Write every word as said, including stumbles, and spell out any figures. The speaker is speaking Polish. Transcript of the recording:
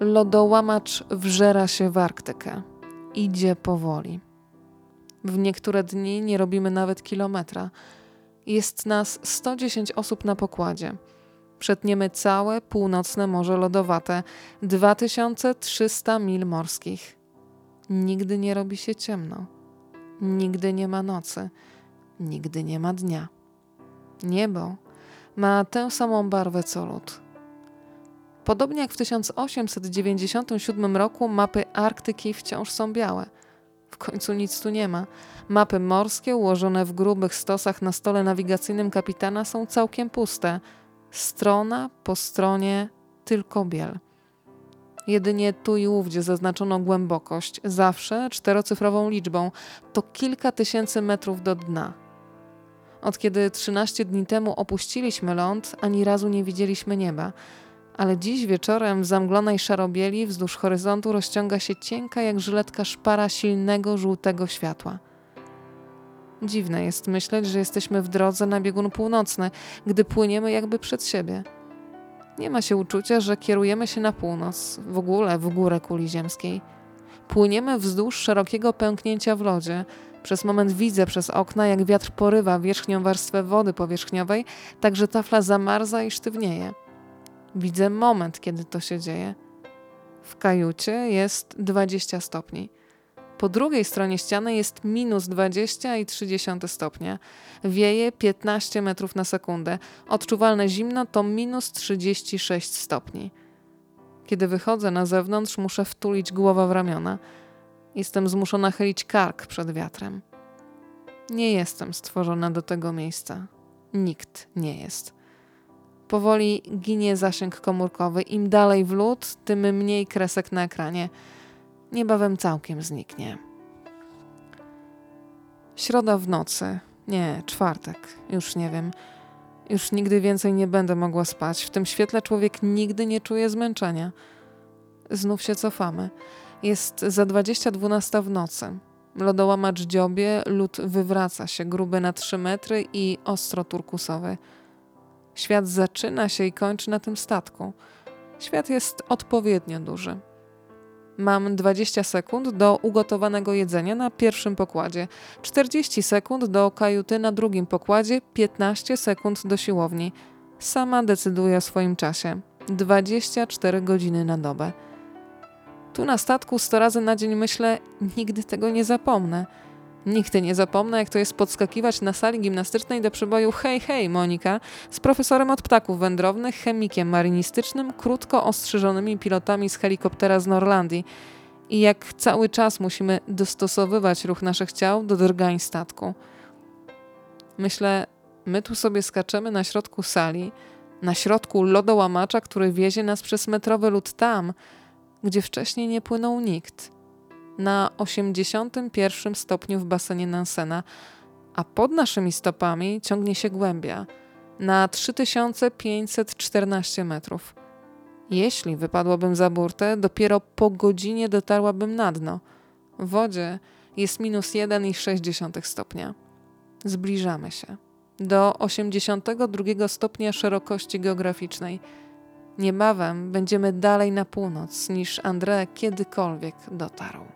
Lodołamacz wżera się w Arktykę. Idzie powoli. W niektóre dni nie robimy nawet kilometra. Jest nas sto dziesięć osób na pokładzie. Przetniemy całe północne Morze Lodowate, dwa tysiące trzysta mil morskich. Nigdy nie robi się ciemno. Nigdy nie ma nocy. Nigdy nie ma dnia. Niebo ma tę samą barwę co lód. Podobnie jak w tysiąc osiemset dziewięćdziesiątym siódmym roku mapy Arktyki wciąż są białe. W końcu nic tu nie ma. Mapy morskie ułożone w grubych stosach na stole nawigacyjnym kapitana są całkiem puste. Strona po stronie tylko biel. Jedynie tu i ówdzie zaznaczono głębokość, zawsze czterocyfrową liczbą. To kilka tysięcy metrów do dna. Od kiedy trzynaście dni temu opuściliśmy ląd, ani razu nie widzieliśmy nieba. Ale dziś wieczorem w zamglonej szarobieli wzdłuż horyzontu rozciąga się cienka jak żyletka szpara silnego żółtego światła. Dziwne jest myśleć, że jesteśmy w drodze na biegun północny, gdy płyniemy jakby przed siebie. Nie ma się uczucia, że kierujemy się na północ, w ogóle w górę kuli ziemskiej. Płyniemy wzdłuż szerokiego pęknięcia w lodzie. Przez moment widzę przez okna, jak wiatr porywa wierzchnią warstwę wody powierzchniowej, tak że tafla zamarza i sztywnieje. Widzę moment, kiedy to się dzieje. W kajucie jest dwadzieścia stopni. Po drugiej stronie ściany jest minus dwadzieścia i trzy dziesiąte stopnia. Wieje piętnaście metrów na sekundę. Odczuwalne zimno to minus trzydzieści sześć stopni. Kiedy wychodzę na zewnątrz, muszę wtulić głowę w ramiona. Jestem zmuszona chylić kark przed wiatrem. Nie jestem stworzona do tego miejsca. Nikt nie jest. Powoli ginie zasięg komórkowy. Im dalej w lód, tym mniej kresek na ekranie. Niebawem całkiem zniknie. Środa w nocy. Nie, czwartek. Już nie wiem. Już nigdy więcej nie będę mogła spać. W tym świetle człowiek nigdy nie czuje zmęczenia. Znów się cofamy. Jest za dwadzieścia dwunasta w nocy. Lodołamacz dziobie, lód wywraca się, gruby na trzy metry i ostro turkusowy. Świat zaczyna się i kończy na tym statku. Świat jest odpowiednio duży. Mam dwadzieścia sekund do ugotowanego jedzenia na pierwszym pokładzie, czterdzieści sekund do kajuty na drugim pokładzie, piętnaście sekund do siłowni. Sama decyduję o swoim czasie. dwadzieścia cztery godziny na dobę. Tu na statku sto razy na dzień myślę, nigdy tego nie zapomnę. Nigdy nie zapomnę, jak to jest podskakiwać na sali gimnastycznej do przyboju hej, hej, Monika, z profesorem od ptaków wędrownych, chemikiem marynistycznym, krótko ostrzyżonymi pilotami z helikoptera z Norlandii i jak cały czas musimy dostosowywać ruch naszych ciał do drgań statku. Myślę, my tu sobie skaczemy na środku sali, na środku lodołamacza, który wiezie nas przez metrowy lód tam, gdzie wcześniej nie płynął nikt. Na osiemdziesiątym pierwszym stopniu w basenie Nansena, a pod naszymi stopami ciągnie się głębia na trzy tysiące pięćset czternaście metrów. Jeśli wypadłabym za burtę, dopiero po godzinie dotarłabym na dno. W wodzie jest minus jeden i sześć dziesiątych stopnia. Zbliżamy się do osiemdziesiątego drugiego stopnia szerokości geograficznej. Niebawem będziemy dalej na północ niż André kiedykolwiek dotarł.